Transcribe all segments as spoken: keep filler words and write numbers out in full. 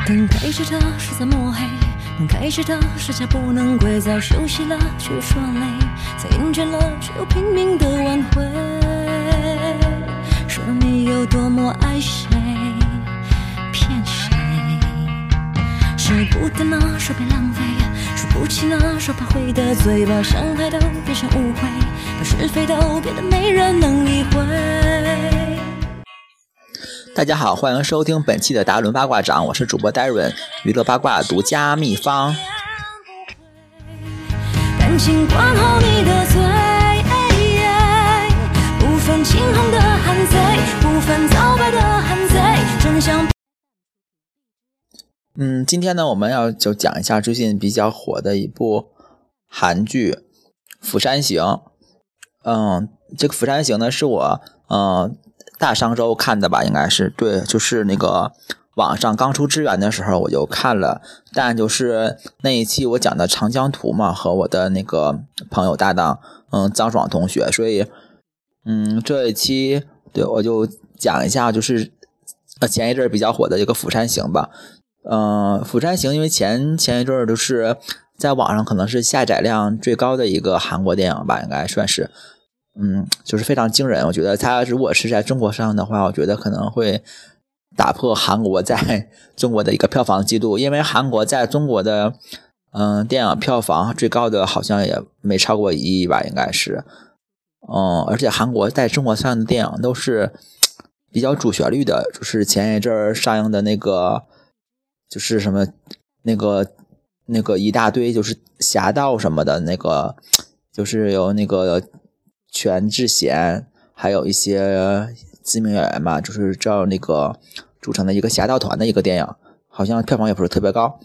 灯开着的是在抹黑，门开着的是家不能归，早休息了却说累，再厌倦了却又拼命的挽回。说你有多么爱谁，骗谁？舍不得呢，说别浪费，说不起呢，说怕会得罪，把伤害都变成误会，把是非都变得没人能理会。 大家好，欢迎收听本期的达伦八卦掌，我是主播 Darren， 娱乐八卦独家秘方。 感情管好你的嘴，不分青红的汉贼，不分皂白的汉贼，真相。 嗯，今天呢，我们要就讲一下最近比较火的一部韩剧《釜山行》。嗯，这个《釜山行》呢，是我嗯。大商周看的吧，应该是对，就是那个网上刚出支援的时候我就看了，但就是那一期我讲的长江图嘛，和我的那个朋友搭档，嗯，张爽同学，所以，嗯，这一期对我就讲一下，就是呃前一阵比较火的这个《釜山行》吧，嗯、呃，《釜山行》因为前前一阵就是在网上可能是下载量最高的一个韩国电影吧，应该算是。嗯，就是非常惊人。我觉得它如果是在中国上的话，我觉得可能会打破韩国在中国的一个票房记录，因为韩国在中国的嗯、呃、电影票房最高的好像也没超过一亿吧，应该是。嗯，而且韩国在中国上的电影都是比较主旋律的，就是前一阵儿上映的那个就是什么那个那个一大堆就是侠盗什么的那个，就是有那个。全智贤还有一些知名演员嘛，就是照那个组成的一个侠盗团的一个电影，好像票房也不是特别高。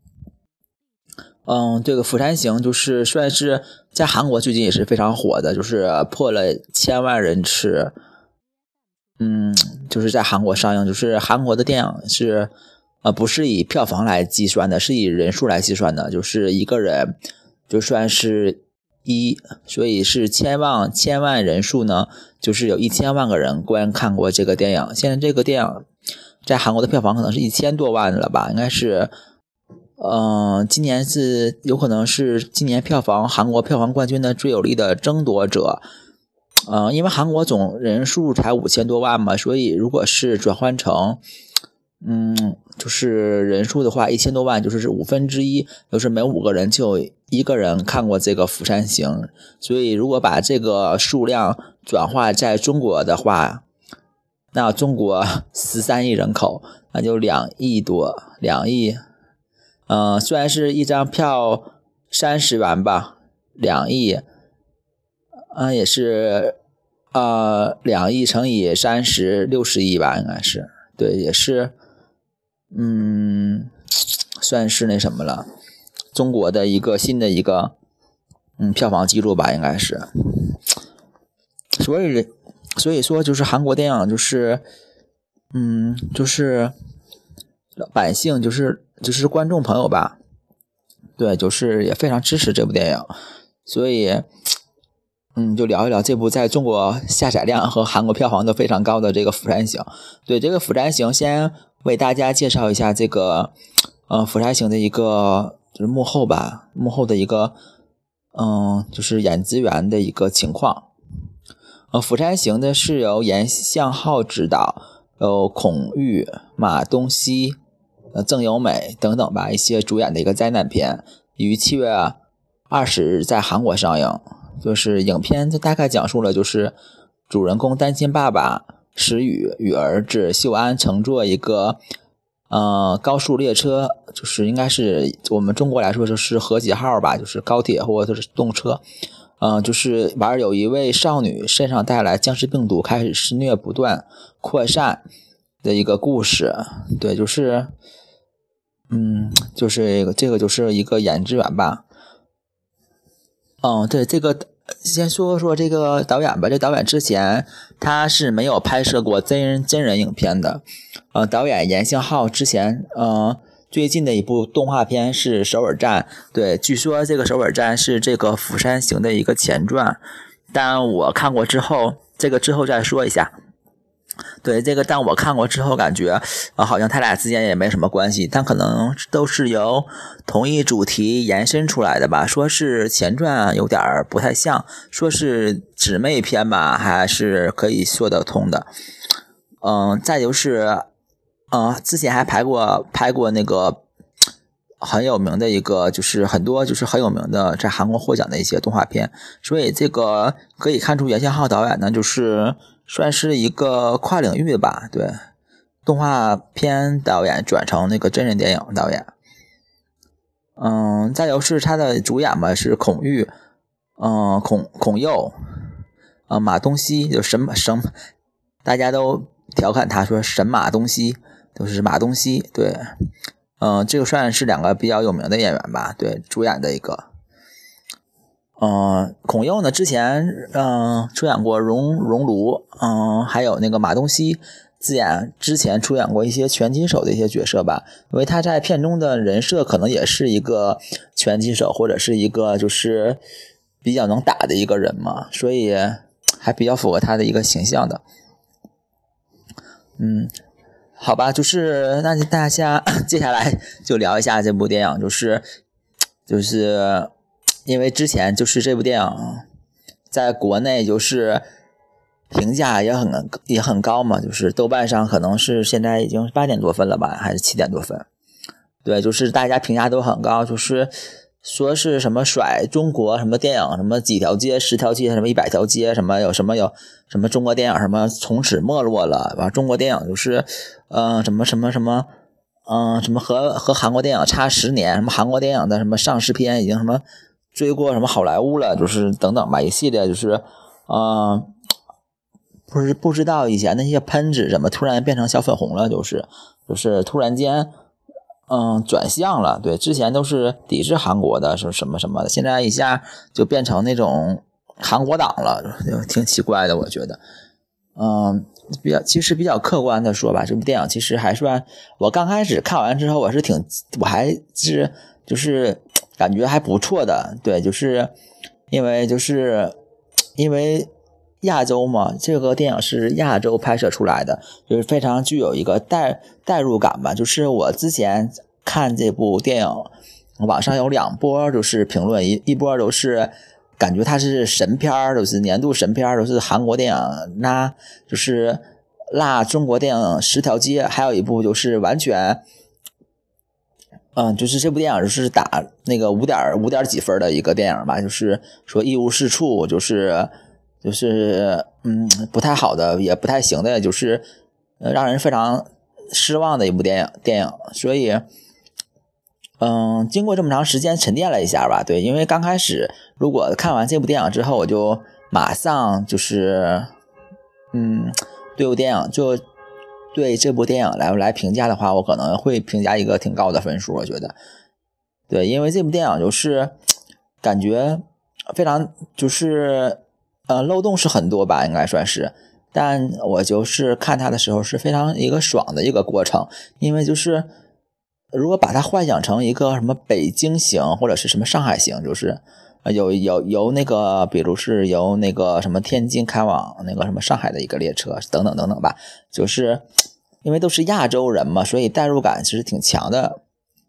嗯，这个《釜山行》就是算是在韩国最近也是非常火的，就是破了千万人次。嗯，就是在韩国上映，就是韩国的电影是呃不是以票房来计算的，是以人数来计算的，就是一个人就算是。一，所以是千万千万人数呢，就是有一千万个人观看过这个电影。现在这个电影在韩国的票房可能是一千多万了吧，应该是，嗯、呃，今年是有可能是今年票房韩国票房冠军的最有力的争夺者。嗯、呃，因为韩国总人数才五千多万嘛，所以如果是转换成。嗯，就是人数的话，一千多万就是五分之一，就是每五个人就有一个人看过这个《釜山行》，所以如果把这个数量转化在中国的话，那中国十三亿人口，那就两亿多，两亿。嗯、呃，虽然是一张票三十元吧，两亿，嗯、呃，也是呃两亿乘以三十，六十亿吧，应该是，对，也是。嗯，算是那什么了，中国的一个新的一个嗯票房记录吧，应该是。所以所以说就是韩国电影就是嗯就是老百姓就是就是观众朋友吧，对，就是也非常支持这部电影，所以嗯就聊一聊这部在中国下载量和韩国票房都非常高的这个《釜山行》。对，这个《釜山行》先。为大家介绍一下这个呃《釜山行》的一个就是幕后吧，幕后的一个嗯就是演职员的一个情况。呃《釜山行》的是由严相浩执导，有孔玉、马东锡、呃郑有美等等吧一些主演的一个灾难片，于七月二十日在韩国上映。就是影片大概讲述了就是主人公单亲爸爸。石宇与儿子秀安乘坐一个呃高速列车，就是应该是我们中国来说就是河几号吧，就是高铁或者是动车，呃，就是玩有一位少女身上带来僵尸病毒，开始施虐不断扩散的一个故事。对，就是嗯，就是这个就是一个演职员吧。嗯，对，这个。先说说这个导演吧，这导演之前他是没有拍摄过真人真人影片的。呃，导演严相浩之前呃最近的一部动画片是《首尔站》，对，据说这个《首尔站》是这个《釜山行》的一个前传，但我看过之后，这个之后再说一下。 对这个，但我看过之后感觉，呃，好像他俩之间也没什么关系，但可能都是由同一主题延伸出来的吧。说是前传有点不太像，说是姊妹篇吧，还是可以说得通的。嗯、呃，再就是，呃，之前还拍过拍过那个很有名的一个，就是很多就是很有名的在韩国获奖的一些动画片，所以这个可以看出袁宪浩导演呢，就是算是一个跨领域的吧，对，动画片导演转成那个真人电影导演。嗯，再就是他的主演嘛是孔玉，嗯，孔孔佑，呃，马东锡，就神神，大家都调侃他说神马东锡，都是马东锡，对。嗯、呃，这个算是两个比较有名的演员吧，对，主演的一个。嗯、呃，孔佑呢，之前嗯、呃、出演过熔熔炉，嗯、呃，还有那个马东锡自演之前出演过一些拳击手的一些角色吧，因为他在片中的人设可能也是一个拳击手或者是一个就是比较能打的一个人嘛，所以还比较符合他的一个形象的。嗯。好吧，就是那大家接下来就聊一下这部电影，就是就是因为之前就是这部电影在国内就是评价也很也很高嘛，就是豆瓣上可能是现在已经八点多分了吧，还是七点多分？对，就是大家评价都很高，就是说是什么甩中国什么电影什么几条街十条街什么一百条街什么有什么有什么中国电影什么从此没落了，完中国电影就是呃什么什么什么嗯、呃、什么和和韩国电影差十年，什么韩国电影的什么上市片已经什么追过什么好莱坞了，就是等等吧，一系列就是嗯、呃、不是不知道以前那些喷子怎么突然变成小粉红了，就是就是突然间嗯，转向了，对，之前都是抵制韩国的，是什么什么的，现在一下就变成那种韩国党了，就挺奇怪的，我觉得。嗯，比较其实比较客观的说吧，这部电影其实还算，我刚开始看完之后，我是挺，我还是就是感觉还不错的，对，就是因为就是因为亚洲嘛，这个电影是亚洲拍摄出来的，就是非常具有一个代代入感吧。就是我之前看这部电影，网上有两波就是评论，一一波都是感觉它是神片，都是年度神片，都是韩国电影，那就是落中国电影十条街，还有一部就是完全。嗯，就是这部电影就是打那个五点五点几分的一个电影吧，就是说一无是处，就是就是嗯不太好的，也不太行的，就是呃让人非常失望的一部电影电影。所以，嗯，经过这么长时间沉淀了一下吧，对，因为刚开始如果看完这部电影之后，我就马上就是嗯对部电影就。对这部电影来来评价的话，我可能会评价一个挺高的分数，我觉得。对，因为这部电影就是感觉非常就是呃漏洞是很多吧，应该算是。但我就是看它的时候是非常一个爽的一个过程，因为就是如果把它幻想成一个什么北京行或者是什么上海行，就是有有由那个比如是由那个什么天津开往那个什么上海的一个列车等等等等吧，就是因为都是亚洲人嘛，所以代入感其实挺强的，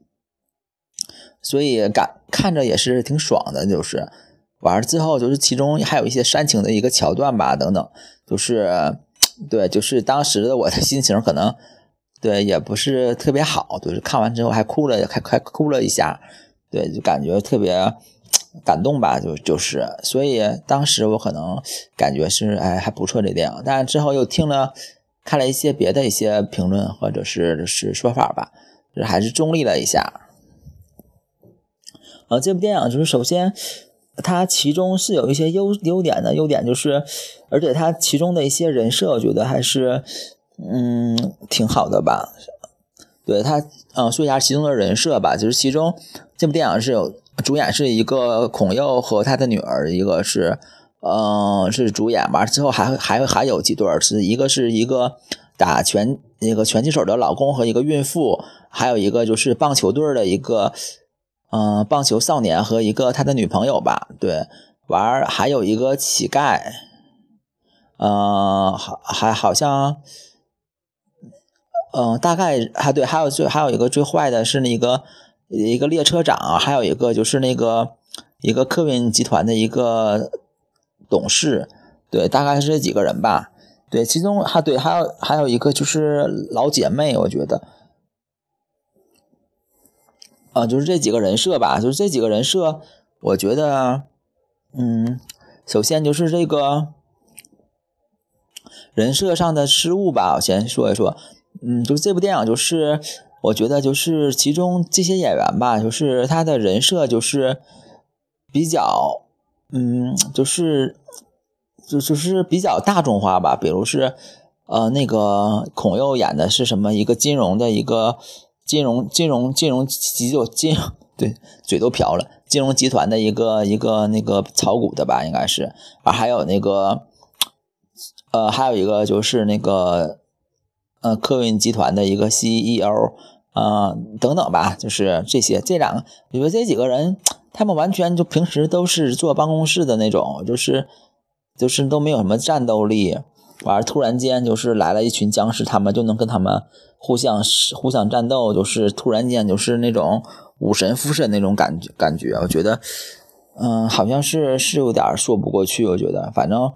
所以感看着也是挺爽的，就是完了之后就是其中还有一些煽情的一个桥段吧等等，就是对，就是当时的我的心情可能对也不是特别好，就是看完之后还哭了还还哭了一下，对，就感觉特别感动吧，就就是，所以当时我可能感觉是哎还不错这电影，但之后又听了看了一些别的一些评论或者是是说法吧，就是还是中立了一下。呃，这部电影就是首先它其中是有一些优优点的，优点就是而且它其中的一些人设我觉得还是嗯挺好的吧。对，它嗯说一下其中的人设吧，就是其中这部电影是有主演是一个孔佑和他的女儿，一个是呃是主演吧，之后还还还有几对儿，是一个是一个打拳那个拳击手的老公和一个孕妇，还有一个就是棒球队的一个嗯、呃、棒球少年和一个他的女朋友吧，对，完还有一个乞丐，呃还还好像嗯、呃，大概还对，还有最还有一个最坏的是那个一个列车长，还有一个就是那个一个客运集团的一个董事，对，大概是这几个人吧。对，其中还对还有还有一个就是老姐妹，我觉得，啊、呃，就是这几个人设吧，就是这几个人设，我觉得，嗯，首先就是这个人设上的失误吧，我先说一说。嗯，就是这部电影，就是我觉得就是其中这些演员吧，就是他的人设就是比较，嗯，就是就就是比较大众化吧。比如是呃那个孔侑演的是什么一个金融的一个金融金融金融集就金对嘴都瓢了，金融集团的一个一个那个炒股的吧，应该是啊，还有那个呃还有一个就是那个。呃，客运集团的一个 C E O， 呃，等等吧，就是这些，这两个，我觉得这几个人，他们完全就平时都是坐办公室的那种，就是就是都没有什么战斗力，完了突然间就是来了一群僵尸，他们就能跟他们互相互相战斗，就是突然间就是那种武神附身那种感觉感觉，我觉得，嗯、呃，好像是是有点说不过去，我觉得，反正，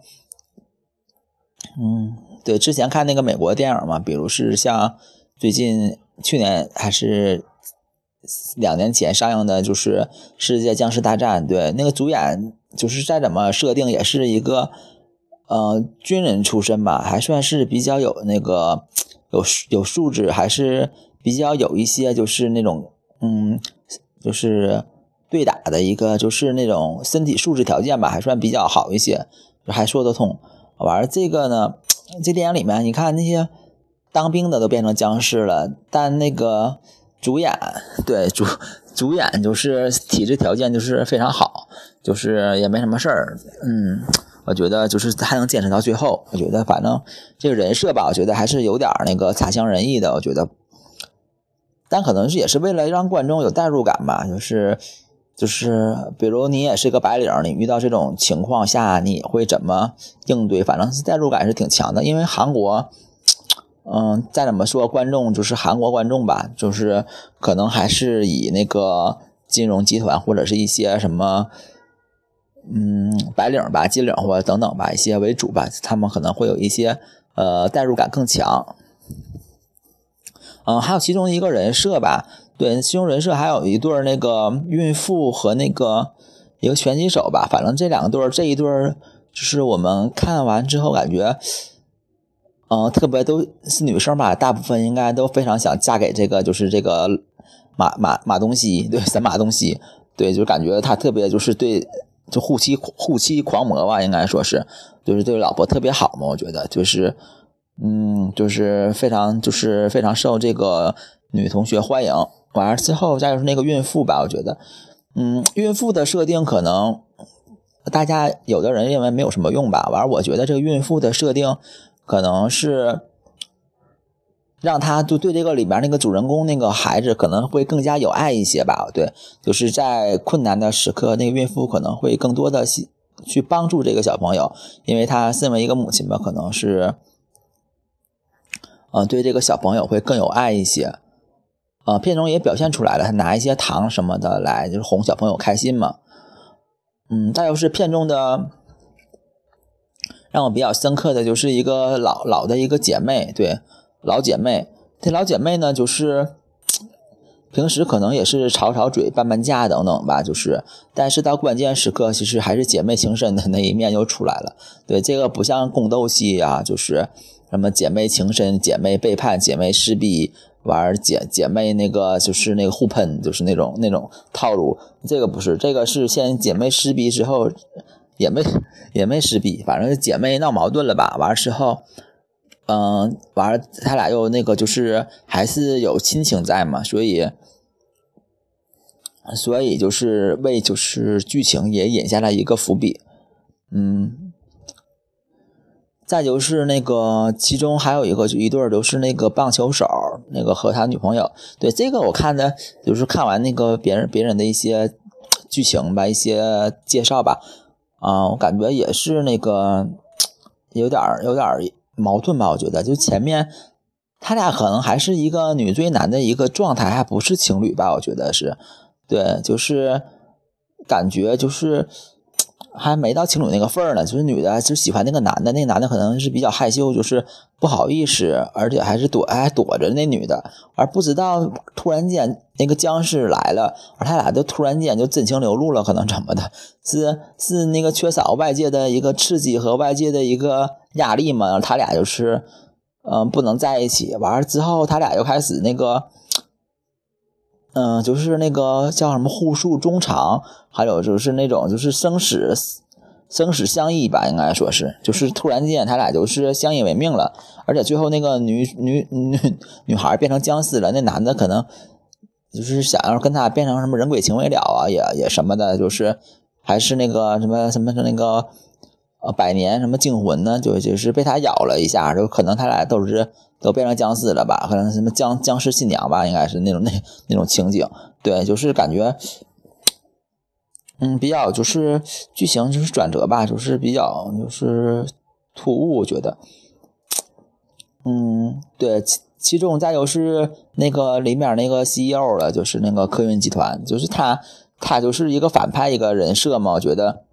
嗯。对，之前看那个美国电影嘛，比如是像最近去年还是两年前上映的，就是《世界僵尸大战》。对，那个主演就是再怎么设定也是一个呃军人出身吧，还算是比较有那个有有素质，还是比较有一些就是那种嗯就是对打的一个就是那种身体素质条件吧，还算比较好一些，还说得通。完了这个呢。这电影里面，你看那些当兵的都变成僵尸了，但那个主演，对主主演就是体质条件就是非常好，就是也没什么事儿。嗯，我觉得就是还能坚持到最后。我觉得反正这个人设吧，我觉得还是有点那个差强人意的。我觉得，但可能是也是为了让观众有代入感吧，就是。就是比如你也是个白领，你遇到这种情况下你会怎么应对，反正是代入感是挺强的。因为韩国嗯再怎么说观众就是韩国观众吧，就是可能还是以那个金融集团或者是一些什么嗯白领吧金领或者等等吧一些为主吧，他们可能会有一些呃代入感更强。嗯还有其中一个人设吧，对，其中人设还有一对那个孕妇和那个一个拳击手吧，反正这两个对这一对就是我们看完之后感觉，嗯、呃，特别都是女生吧，大部分应该都非常想嫁给这个就是这个马马马东锡，对，神马东锡，对，就感觉他特别就是对就护妻护妻狂魔吧，应该说是，就是对老婆特别好嘛，我觉得就是。嗯，就是非常就是非常受这个女同学欢迎。完了之后再就是那个孕妇吧，我觉得，嗯，孕妇的设定可能大家有的人认为没有什么用吧。完了，我觉得这个孕妇的设定可能是让她就对这个里边那个主人公那个孩子可能会更加有爱一些吧。对，就是在困难的时刻，那个孕妇可能会更多的去帮助这个小朋友，因为她身为一个母亲吧，可能是。呃，对这个小朋友会更有爱一些，呃，片中也表现出来了，他拿一些糖什么的来就是哄小朋友开心嘛。嗯，再就是片中的让我比较深刻的就是一个老老的一个姐妹，对，老姐妹，这老姐妹呢就是平时可能也是吵吵嘴、拌拌架等等吧，就是，但是到关键时刻，其实还是姐妹情深的那一面又出来了。对，这个不像宫斗戏啊，就是什么姐妹情深、姐妹背叛、姐妹势必玩姐姐妹那个就是那个互喷，就是那种那种套路。这个不是，这个是先姐妹撕逼之后，也没也没撕逼，反正姐妹闹矛盾了吧，完了之后。嗯，完了，他俩又那个就是还是有亲情在嘛，所以，所以就是为就是剧情也引下了一个伏笔，嗯，再就是那个其中还有一个就一对就是那个棒球手那个和他女朋友，对这个我看的就是看完那个别人别人的一些剧情吧，一些介绍吧，啊、呃，我感觉也是那个有点有点。矛盾吧，我觉得就前面他俩可能还是一个女追男的一个状态，还不是情侣吧，我觉得是。对，就是感觉就是还没到情侣那个份儿呢，就是女的就喜欢那个男的，那个男的可能是比较害羞，就是不好意思，而且还是躲还躲着那女的，而不知道突然间那个僵尸来了，而他俩就突然间就真情流露了，可能怎么的，是是那个缺少外界的一个刺激和外界的一个压力嘛，他俩就是嗯、呃、不能在一起，完了之后他俩又开始那个嗯，就是那个叫什么互诉衷肠，还有就是那种就是生死生死相依吧，应该说是，就是突然间他俩就是相依为命了，而且最后那个女女女女孩变成僵尸了，那男的可能就是想要跟他变成什么人鬼情未了啊，也也什么的，就是还是那个什么什么那个呃百年什么惊魂呢，就就是被他咬了一下，就可能他俩都是。都变成僵尸了吧？可能什么僵僵尸新娘吧，应该是那种那那种情景。对，就是感觉，嗯，比较就是剧情就是转折吧，就是比较就是突兀，我觉得。嗯，对，其其中再就是那个里面那个 C E O 了，就是那个科云集团，就是他他就是一个反派一个人设嘛，我觉得。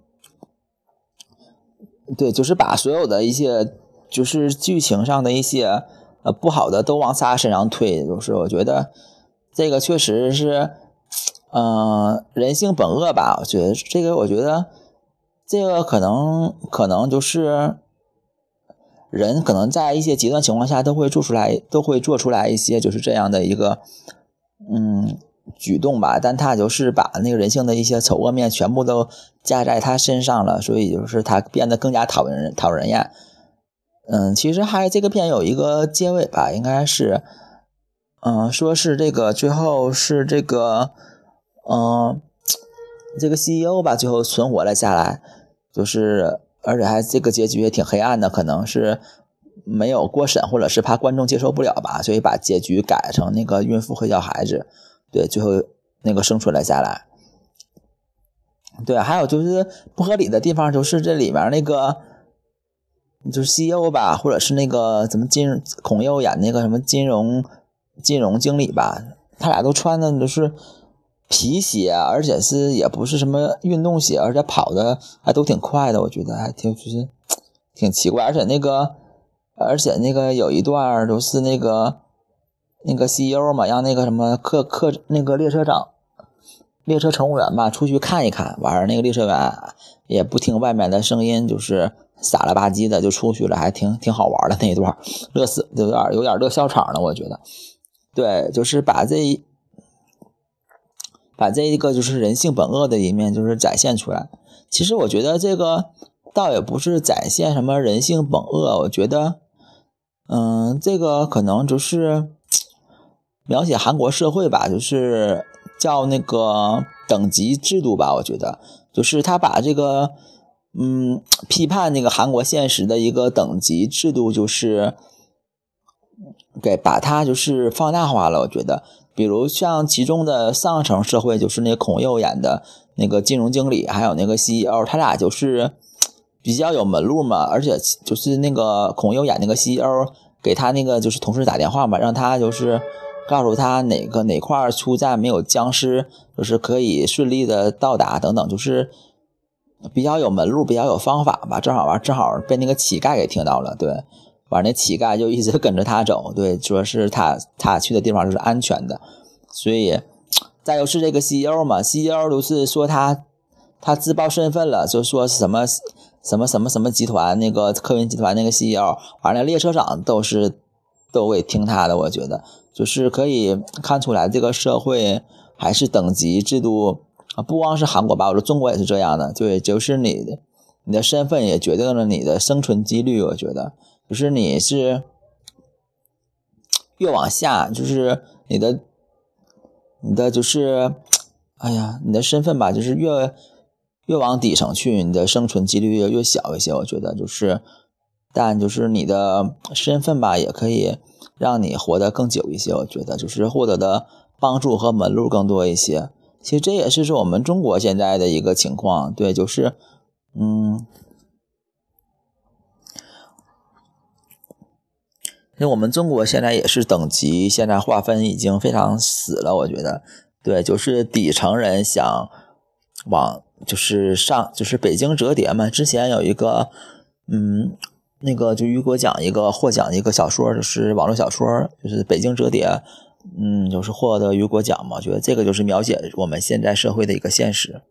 对，就是把所有的一些就是剧情上的一些。呃，不好的都往他身上推，就是我觉得这个确实是，呃，人性本恶吧。我觉得这个，我觉得这个可能可能就是人可能在一些极端情况下都会做出来，都会做出来一些就是这样的一个嗯举动吧。但他就是把那个人性的一些丑恶面全部都加在他身上了，所以就是他变得更加讨人讨人厌。嗯，其实还这个片有一个结尾吧，应该是，嗯，说是这个最后是这个，嗯，这个 C E O 吧，最后存活了下来，就是而且还这个结局也挺黑暗的，可能是没有过审，或者是怕观众接受不了吧，所以把结局改成那个孕妇和小孩子，对，最后那个生存了下来。对，还有就是不合理的地方，就是这里面那个。就是 C E O 吧，或者是那个怎么金融孔侑演那个什么金融金融经理吧，他俩都穿的都是皮鞋，而且是也不是什么运动鞋，而且跑的还都挺快的，我觉得还挺就是挺奇怪，而且那个而且那个有一段都是那个那个 C E O 嘛，让那个什么客客那个列车长列车乘务员吧出去看一看，完了那个列车员也不听外面的声音，就是傻了吧唧的就出去了，还挺挺好玩的那一段，乐死，有点有点乐笑场了，我觉得。对，就是把这把这一个就是人性本恶的一面就是展现出来。其实我觉得这个倒也不是展现什么人性本恶，我觉得，嗯，这个可能就是描写韩国社会吧，就是叫那个等级制度吧，我觉得，就是他把这个。嗯，批判那个韩国现实的一个等级制度，就是给把它就是放大化了。我觉得，比如像其中的上层社会，就是那孔侑演的那个金融经理，还有那个 C E O， 他俩就是比较有门路嘛。而且就是那个孔侑演那个 C E O， 给他那个就是同事打电话嘛，让他就是告诉他哪个哪块出站没有僵尸，就是可以顺利的到达等等，就是。比较有门路，比较有方法吧，正好玩，正好被那个乞丐给听到了，对，完那乞丐就一直跟着他走，对，说是他他去的地方就是安全的，所以再就是这个 C E O 嘛 ，C E O 都是说他他自曝身份了，就说什么什么什么什么集团那个科云集团那个 C E O， 完了列车长都是都会听他的，我觉得就是可以看出来这个社会还是等级制度。啊，不光是韩国吧，我说中国也是这样的，对，就是你的你的身份也决定了你的生存几率，我觉得，就是你是越往下，就是你的你的就是，哎呀，你的身份吧，就是越越往底层去，你的生存几率越越小一些，我觉得就是，但就是你的身份吧，也可以让你活得更久一些，我觉得就是获得的帮助和门路更多一些。其实这也是说我们中国现在的一个情况，对，就是，嗯， 因为我们中国现在也是等级现在划分已经非常死了，我觉得，对，就是底层人想往就是上就是北京折叠嘛，之前有一个嗯那个就雨果奖一个获奖一个小说，就是网络小说，就是北京折叠，嗯，就是获得雨果奖嘛，我觉得这个就是描写我们现在社会的一个现实。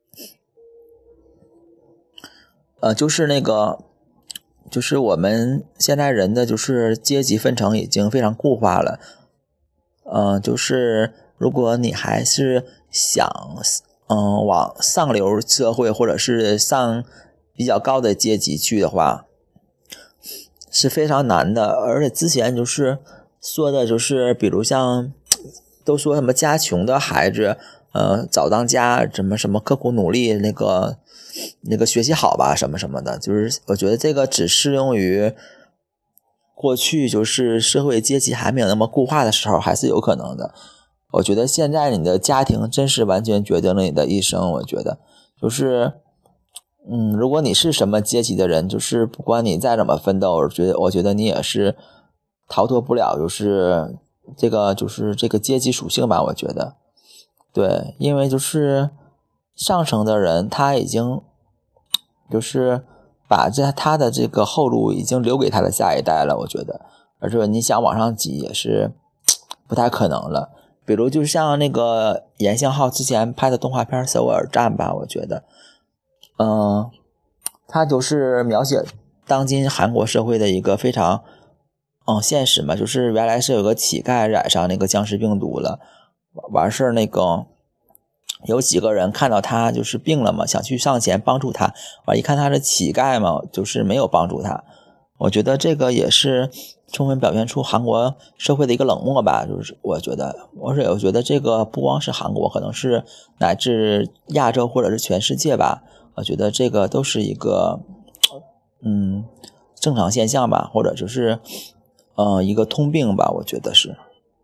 呃，就是那个，就是我们现在人的就是阶级分成已经非常固化了。呃，就是如果你还是想，嗯、呃，往上流社会或者是上比较高的阶级去的话，是非常难的。而且之前就是说的，就是比如像都说什么家穷的孩子，呃，早当家，什么什么刻苦努力，那个。那个学习好吧什么什么的，就是我觉得这个只适用于过去就是社会阶级还没有那么固化的时候，还是有可能的。我觉得现在你的家庭真是完全决定了你的一生。我觉得就是嗯，如果你是什么阶级的人，就是不管你再怎么奋斗，我觉得我觉得你也是逃脱不了就是这个就是这个阶级属性吧。我觉得对，因为就是上层的人他已经就是把这他的这个后路已经留给他的下一代了，我觉得，而且你想往上挤也是不太可能了。比如就像那个严相浩之前拍的动画片《首尔站》吧，我觉得嗯，他就是描写当今韩国社会的一个非常嗯现实嘛，就是原来是有个乞丐染上那个僵尸病毒了，完事儿那个有几个人看到他就是病了嘛，想去上前帮助他，完一看他是乞丐嘛，就是没有帮助他。我觉得这个也是充分表现出韩国社会的一个冷漠吧，就是我觉得，而且我觉得这个不光是韩国，可能是乃至亚洲或者是全世界吧，我觉得这个都是一个嗯正常现象吧，或者就是呃一个通病吧，我觉得是。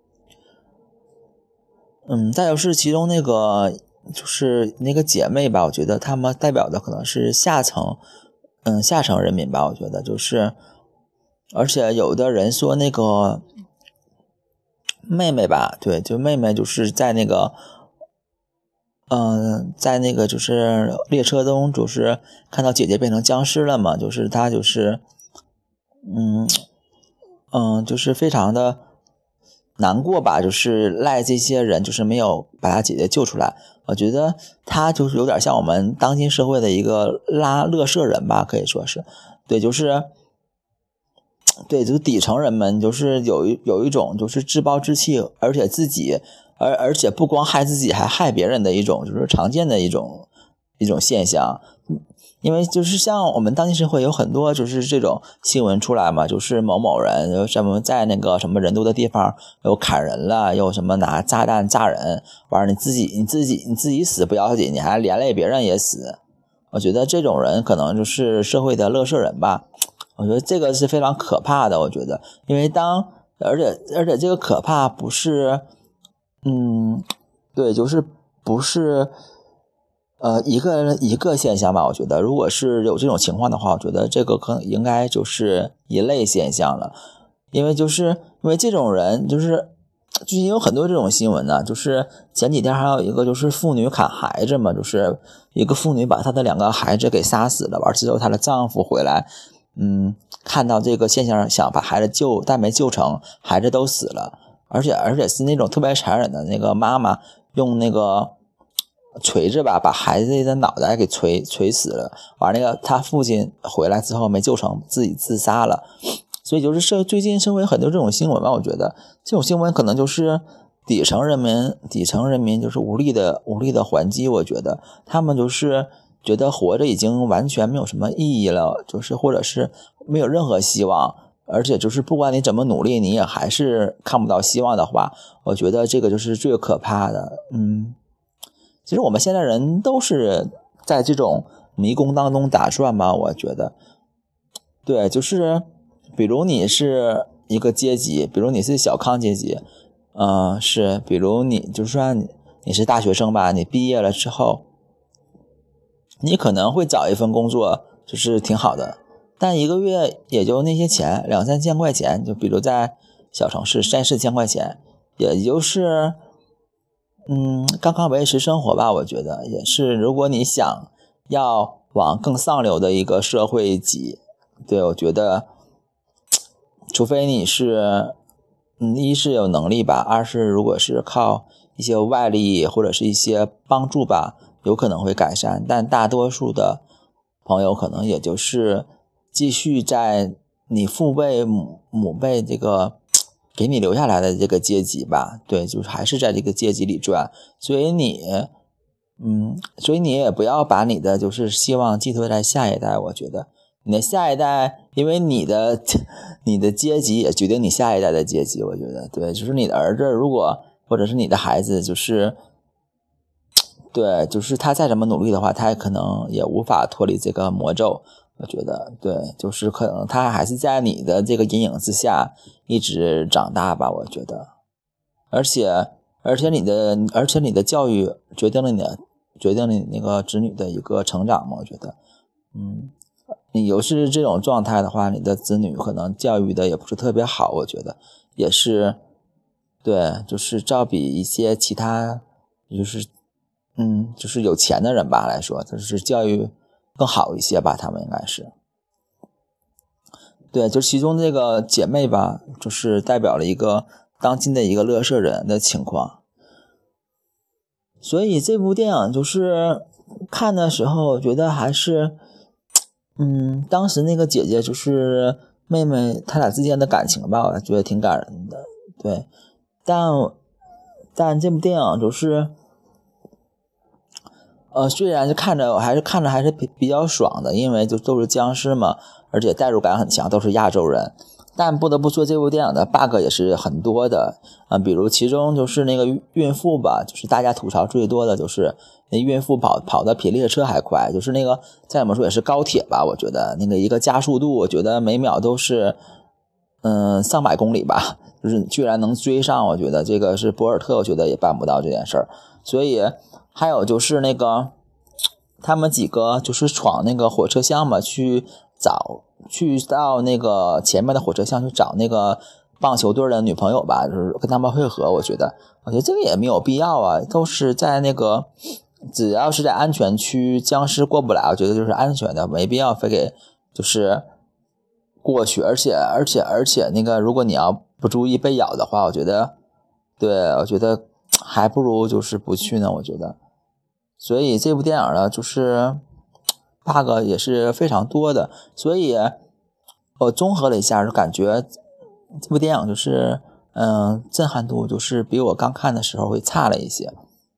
嗯，再就是其中那个就是那个姐妹吧，我觉得她们代表的可能是下层，嗯，下层人民吧，我觉得就是，而且有的人说那个妹妹吧，对，就妹妹就是在那个，嗯、呃，在那个就是列车中，就是看到姐姐变成僵尸了嘛，就是她就是，嗯嗯，就是非常的难过吧，就是赖这些人就是没有把他姐姐救出来。我觉得他就是有点像我们当今社会的一个拉乐色人吧，可以说是，对，就是对，就是底层人们就是有一有一种就是自暴自弃，而且自己而而且不光害自己还害别人的一种就是常见的一种一种现象。因为就是像我们当今社会有很多就是这种新闻出来嘛，就是某某人有什么在那个什么人多的地方有砍人了，有什么拿炸弹炸人，完了你自己你自己你自己死不要紧，你还连累别人也死。我觉得这种人可能就是社会的垃圾人吧。我觉得这个是非常可怕的，我觉得，因为当而且而且这个可怕不是嗯对，就是不是呃，一个一个现象吧，我觉得，如果是有这种情况的话，我觉得这个可能应该就是一类现象了，因为就是因为这种人，就是最近有很多这种新闻呢，就是前几天还有一个就是妇女砍孩子嘛，就是一个妇女把她的两个孩子给杀死了，完之后她的丈夫回来，嗯，看到这个现象想把孩子救，但没救成，孩子都死了，而且而且是那种特别残忍的，那个妈妈用那个锤子吧，把孩子的脑袋给锤锤死了。完那个他父亲回来之后没救成，自己自杀了。所以就是社最近社会很多这种新闻吧，我觉得这种新闻可能就是底层人民，底层人民就是无力的无力的还击。我觉得他们就是觉得活着已经完全没有什么意义了，就是或者是没有任何希望。而且就是不管你怎么努力，你也还是看不到希望的话，我觉得这个就是最可怕的。嗯。其实我们现在人都是在这种迷宫当中打转吧，我觉得，对，就是比如你是一个阶级，比如你是小康阶级，呃，是，比如你就算你你是大学生吧，你毕业了之后，你可能会找一份工作，就是挺好的， 但一个月也就那些钱，两三千块钱，就比如在小城市三四千块钱，也就是嗯刚刚维持生活吧。我觉得也是，如果你想要往更上流的一个社会挤，对，我觉得除非你是嗯一是有能力吧，二是如果是靠一些外力或者是一些帮助吧，有可能会改善。但大多数的朋友可能也就是继续在你父辈母母辈这个给你留下来的这个阶级吧，对，就是还是在这个阶级里转。所以你嗯所以你也不要把你的就是希望寄托在下一代。我觉得你的下一代，因为你的你的阶级也决定你下一代的阶级。我觉得对，就是你的儿子如果或者是你的孩子，就是对，就是他再怎么努力的话，他可能也无法脱离这个魔咒。我觉得对，就是可能他还是在你的这个阴影之下一直长大吧。我觉得，而且而且你的而且你的教育决定了你的决定了你那个子女的一个成长嘛。我觉得，嗯，你又是这种状态的话，你的子女可能教育的也不是特别好。我觉得也是，对，就是照比一些其他就是嗯就是有钱的人吧来说，就是教育更好一些吧，他们应该是。对，就其中这个姐妹吧，就是代表了一个当今的一个乐色人的情况。所以这部电影就是看的时候觉得还是嗯当时那个姐姐就是妹妹她俩之间的感情吧，我觉得挺感人的。对，但但这部电影就是呃，虽然就看着我还是看着还是比比较爽的，因为就都是僵尸嘛，而且代入感很强，都是亚洲人。但不得不说，这部电影的 bug 也是很多的啊、呃，比如其中就是那个孕妇吧，就是大家吐槽最多的就是那孕妇跑跑得比列车还快，就是那个再怎么说也是高铁吧，我觉得那个一个加速度，我觉得每秒都是嗯、呃、上百公里吧，就是居然能追上，我觉得这个是博尔特，我觉得也办不到这件事儿。所以还有就是那个他们几个就是闯那个火车厢嘛，去找去到那个前面的火车厢去找那个棒球队的女朋友吧，就是跟他们会合。我觉得我觉得这个也没有必要啊，都是在那个只要是在安全区，僵尸过不来，我觉得就是安全的，没必要非给就是过去。而且而且而且那个如果你要不注意被咬的话，我觉得对，我觉得还不如就是不去呢，我觉得。所以这部电影呢，就是 bug 也是非常多的。所以我综合了一下，就感觉这部电影就是嗯，震撼度就是比我刚看的时候会差了一些。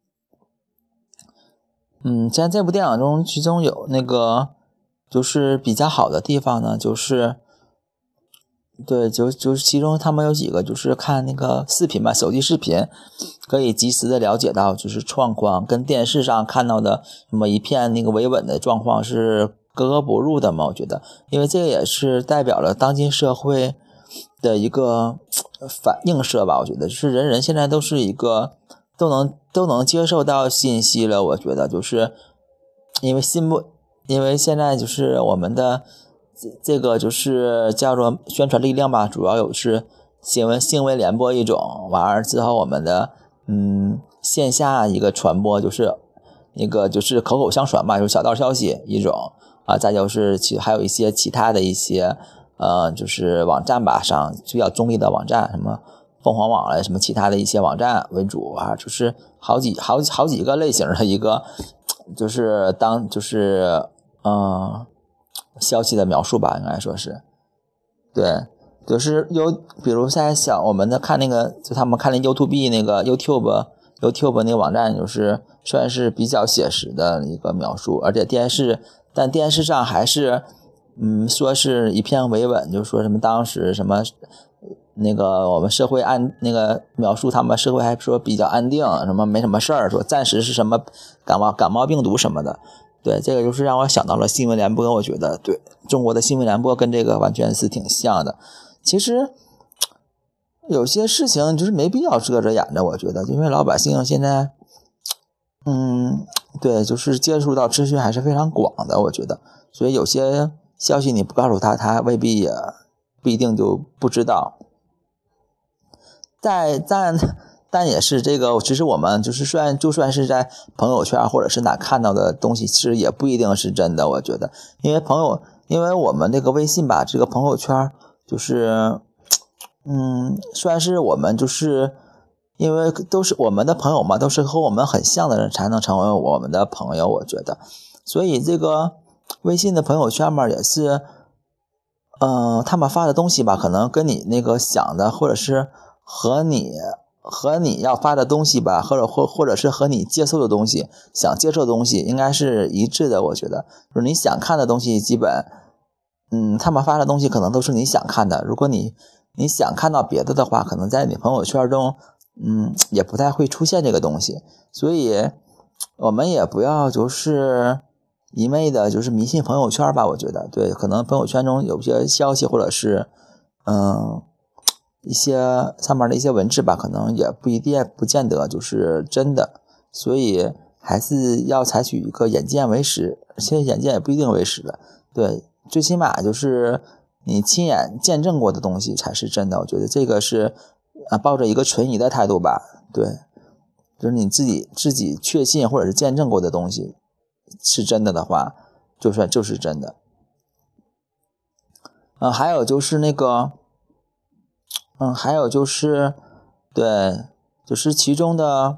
嗯，在这部电影中，其中有那个就是比较好的地方呢，就是对，就就是其中他们有几个就是看那个视频吧，手机视频可以及时的了解到就是状况跟电视上看到的什么一片那个维稳的状况是格格不入的嘛。我觉得因为这个也是代表了当今社会的一个反映射吧。我觉得就是人人现在都是一个都能都能接受到信息了。我觉得就是因为新不因为现在就是我们的这个就是叫做宣传力量吧，主要有是新闻新闻联播一种，完了之后我们的嗯线下一个传播就是那个就是口口相传吧，就是小道消息一种啊，再就是其还有一些其他的一些呃就是网站吧，上比较中立的网站，什么凤凰网了什么其他的一些网站为主啊，就是好几好几好几个类型的一个就是当就是呃消息的描述吧，应该说是对，就是有比如在小我们的看那个就他们看那 YouTube 那个 YouTube YouTube 那个网站，就是算是比较写实的一个描述，而且电视但电视上还是嗯说是一片维稳，就说什么当时什么那个我们社会安那个描述他们社会还说比较安定，什么没什么事儿，说暂时是什么感冒感冒病毒什么的。对，这个就是让我想到了新闻联播，我觉得对中国的新闻联播跟这个完全是挺像的。其实有些事情就是没必要遮着掩着，我觉得因为老百姓现在嗯对就是接触到资讯还是非常广的，我觉得所以有些消息你不告诉他，他未必也不一定就不知道。在但但也是这个，其实我们就是算就算是在朋友圈或者是哪看到的东西，其实也不一定是真的。我觉得，因为朋友，因为我们这个微信吧，这个朋友圈就是，嗯，虽然是我们就是因为都是我们的朋友嘛，都是和我们很像的人才能成为我们的朋友，我觉得，所以这个微信的朋友圈嘛，也是，呃，他们发的东西吧，可能跟你那个想的，或者是和你和你要发的东西吧，或者或或者是和你接受的东西，想接受的东西，应该是一致的。我觉得，就是你想看的东西，基本，嗯，他们发的东西可能都是你想看的。如果你你想看到别的的话，可能在你朋友圈中，嗯，也不太会出现这个东西。所以，我们也不要就是一味的就是迷信朋友圈吧。我觉得，对，可能朋友圈中有些消息或者是，嗯。一些上面的一些文字吧，可能也不一定不见得就是真的，所以还是要采取一个眼见为实，而且眼见也不一定为实的，对，最起码就是你亲眼见证过的东西才是真的。我觉得这个是啊，抱着一个存疑的态度吧，对，就是你自己自己确信或者是见证过的东西是真的的话，就算就是真的。嗯，还有就是那个。嗯，还有就是，对，就是其中的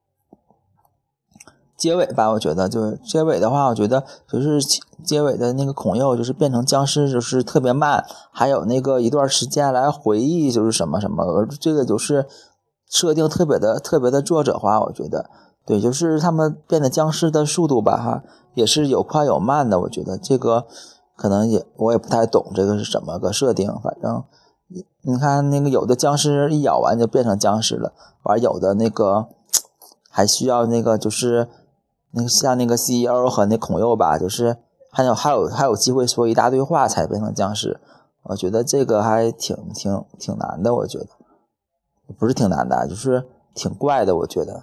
结尾吧，我觉得就是结尾的话，我觉得就是结尾的那个孔佑就是变成僵尸，就是特别慢，还有那个一段时间来回忆就是什么什么，而这个就是设定特别的特别的作者化，我觉得，对，就是他们变得僵尸的速度吧，哈，也是有快有慢的，我觉得这个可能也我也不太懂这个是什么个设定，反正。你看那个有的僵尸一咬完就变成僵尸了，完有的那个还需要那个就是那个像那个 C E O 和那孔佑吧，就是还有还有还有机会说一大堆话才变成僵尸。我觉得这个还挺挺挺难的，我觉得不是挺难的，就是挺怪的，我觉得。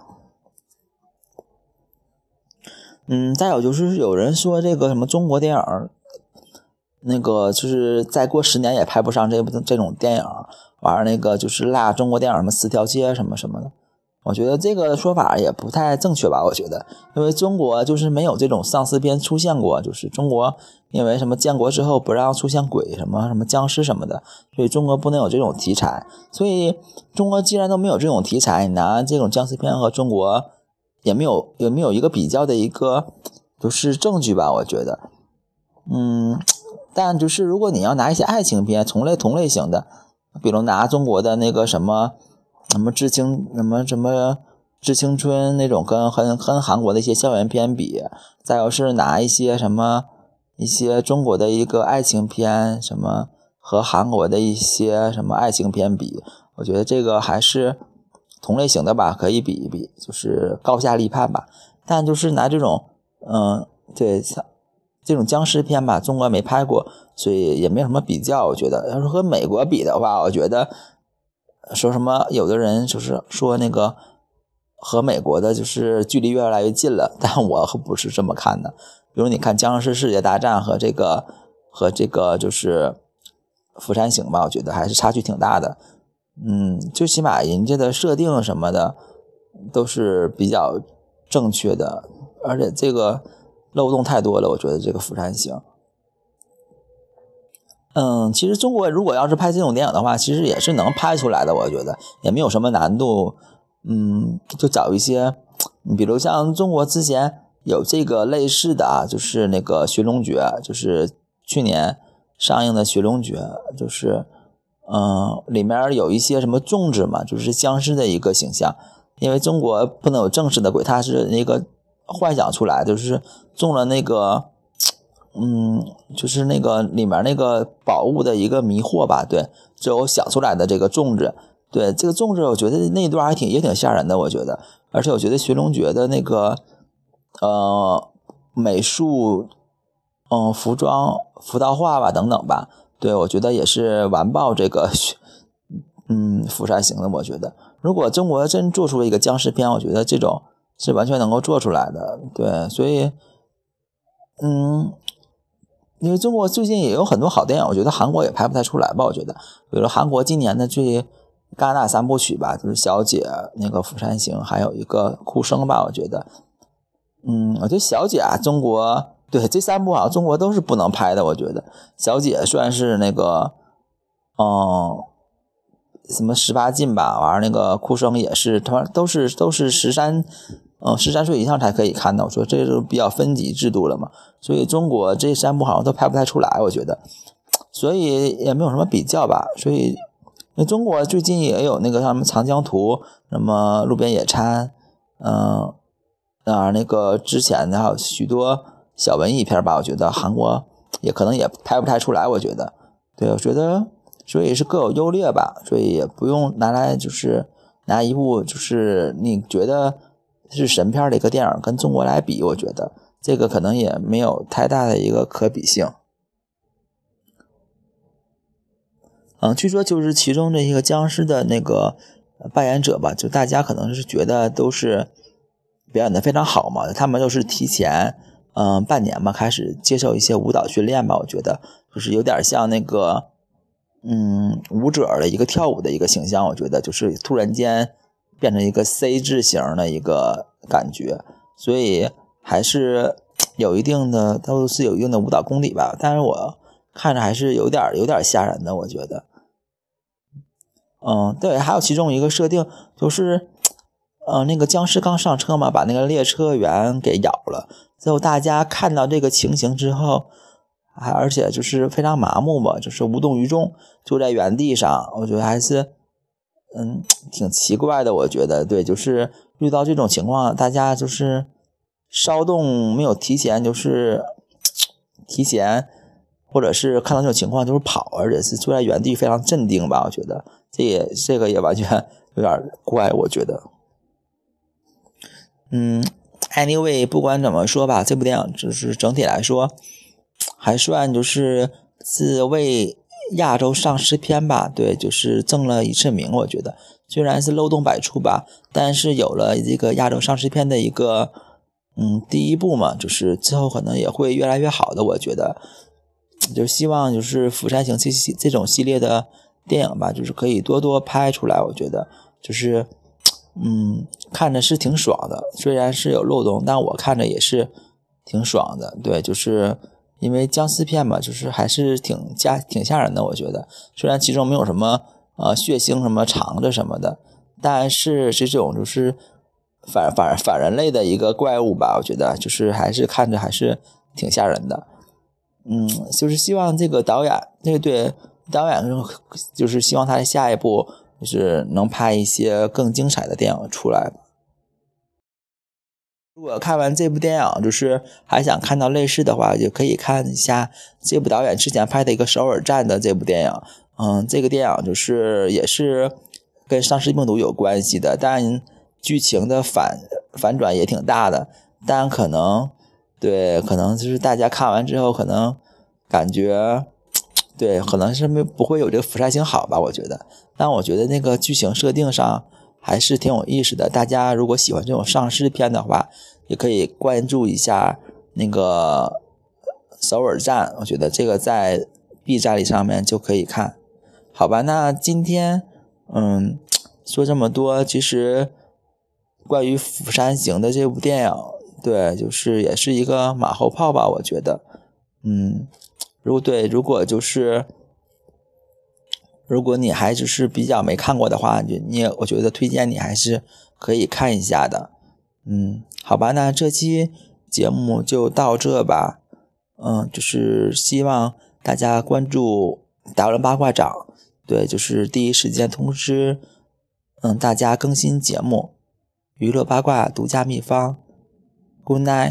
嗯，再有就是有人说这个什么中国电影。那个就是再过十年也拍不上这部这种电影，完那个就是落中国电影什么四条街什么什么的，我觉得这个说法也不太正确吧。我觉得，因为中国就是没有这种丧尸片出现过，就是中国因为什么建国之后不让出现鬼什么什么僵尸什么的，所以中国不能有这种题材。所以中国既然都没有这种题材，你拿这种僵尸片和中国也没有也没有一个比较的一个就是证据吧。我觉得，嗯。但就是如果你要拿一些爱情片同类同类型的，比如拿中国的那个什么什么致青什么什么致青春那种跟跟跟韩国的一些校园片比，再有是拿一些什么一些中国的一个爱情片什么和韩国的一些什么爱情片比，我觉得这个还是同类型的吧，可以比一比，就是高下立判吧。但就是拿这种嗯对这种僵尸片吧，中国没拍过，所以也没什么比较。我觉得要是和美国比的话，我觉得说什么有的人就是说那个和美国的就是距离越来越近了，但我不是这么看的。比如你看僵尸世界大战和这个和这个就是釜山行吧，我觉得还是差距挺大的。嗯，最起码人家的设定什么的都是比较正确的，而且这个漏洞太多了，我觉得这个釜山行。嗯，其实中国如果要是拍这种电影的话，其实也是能拍出来的，我觉得也没有什么难度。嗯，就找一些，比如像中国之前有这个类似的啊，就是那个《寻龙诀》，就是去年上映的《寻龙诀》，就是嗯，里面有一些什么粽子嘛，就是僵尸的一个形象，因为中国不能有正式的鬼，它是那个幻想出来，就是中了那个，嗯，就是那个里面那个宝物的一个迷惑吧，对，就我想出来的这个粽子，对，这个粽子我觉得那一段还挺也挺吓人的，我觉得，而且我觉得寻龙诀的那个呃美术，嗯，服装、服道画吧等等吧，对，我觉得也是完爆这个嗯釜山行的，我觉得如果中国真做出了一个僵尸片，我觉得这种是完全能够做出来的，对，所以，嗯， 因为中国最近也有很多好电影，我觉得韩国也拍不太出来吧。我觉得，比如韩国今年的最戛纳三部曲吧，就是小姐、那个釜山行，还有一个哭声吧。我觉得，嗯，我觉得小姐啊，中国对这三部好像中国都是不能拍的。我觉得小姐算是那个，嗯，什么十八禁吧，完了那个哭声也是，他都是都是十三。嗯，十三岁以上才可以看到，说这就比较分级制度了嘛，所以中国这三部好像都拍不太出来，我觉得，所以也没有什么比较吧。所以，那中国最近也有那个像什么长江图，什么路边野餐，嗯，啊，那个之前的还有许多小文艺片吧，我觉得韩国也可能也拍不太出来，我觉得，对，我觉得，所以是各有优劣吧，所以也不用拿来就是拿一部就是你觉得是神片的一个电影跟中国来比，我觉得这个可能也没有太大的一个可比性。嗯，据说就是其中的一个僵尸的那个扮演者吧，就大家可能是觉得都是表演的非常好嘛，他们都是提前嗯半年嘛开始接受一些舞蹈训练吧，我觉得就是有点像那个嗯舞者的一个跳舞的一个形象，我觉得就是突然间变成一个 C 字形的一个感觉，所以还是有一定的都是有一定的舞蹈功底吧，但是我看着还是有点有点吓人的，我觉得。嗯，对，还有其中一个设定就是呃那个僵尸刚上车嘛，把那个列车员给咬了，最后大家看到这个情形之后还而且就是非常麻木嘛，就是无动于衷，就在原地上，我觉得还是嗯，挺奇怪的，我觉得，对，就是遇到这种情况，大家就是稍动没有提前，就是提前，或者是看到这种情况就是跑，而且是坐在原地非常镇定吧，我觉得这也这个也完全有点怪，我觉得。嗯 ，anyway， 不管怎么说吧，这部电影就是整体来说还算就是是为亚洲丧尸片吧，对，就是挣了一次名，我觉得虽然是漏洞百出吧，但是有了这个亚洲丧尸片的一个嗯第一步嘛，就是之后可能也会越来越好的，我觉得就希望就是釜山行这这种系列的电影吧，就是可以多多拍出来，我觉得就是嗯看着是挺爽的，虽然是有漏洞，但我看着也是挺爽的，对，就是因为僵尸片嘛，就是还是挺吓挺吓人的，我觉得虽然其中没有什么呃血腥什么肠子什么的，但是这种就是反反反人类的一个怪物吧，我觉得就是还是看着还是挺吓人的。嗯，就是希望这个导演对对导演就是希望他下一步就是能拍一些更精彩的电影出来。如果看完这部电影就是还想看到类似的话，就可以看一下这部导演之前拍的一个首尔站的这部电影。嗯，这个电影就是也是跟丧尸病毒有关系的，但剧情的反反转也挺大的，但可能对可能就是大家看完之后可能感觉对可能是没不会有这个釜山行好吧，我觉得，但我觉得那个剧情设定上还是挺有意思的，大家如果喜欢这种丧尸片的话，也可以关注一下那个首尔站，我觉得这个在 B 站里上面就可以看。好吧，那今天嗯说这么多，其实关于釜山行的这部电影，对，就是也是一个马后炮吧，我觉得。嗯，如果对，如果就是如果你还就是比较没看过的话，你你也我觉得推荐你还是可以看一下的。嗯，好吧，那这期节目就到这吧。嗯，就是希望大家关注达人八卦掌，对，就是第一时间通知嗯大家更新节目，娱乐八卦独家秘方。Good night。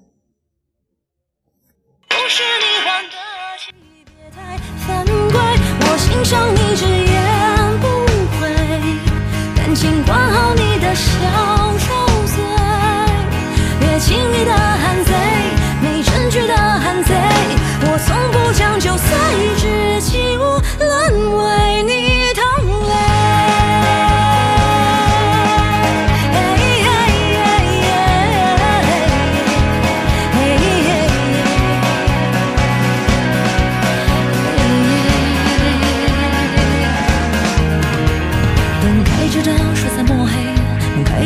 欣赏你只言不讳，感情管好你的小受罪，越亲密的汉贼，没证据的汉贼，我从不讲究赛制，岂无沦为你同类。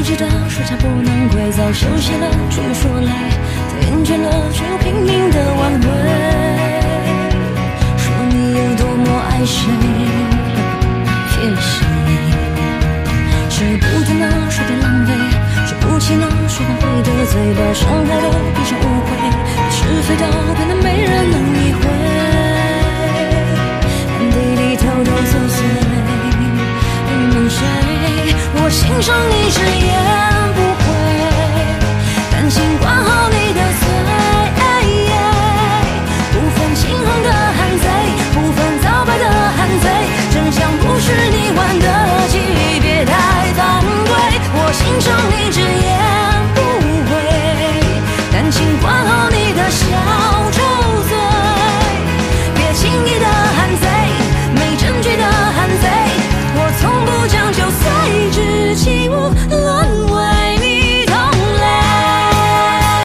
记得说家不能归，早熟悉了却又说来，早厌倦了却又拼命的挽回。说你有多么爱谁，骗谁？舍不得呢，说别浪费；说不起呢，说怕会得罪，把伤害都变成误会，把是非都变得没人能理会。暗地里偷偷作祟，你梦谁？我欣赏你只眼。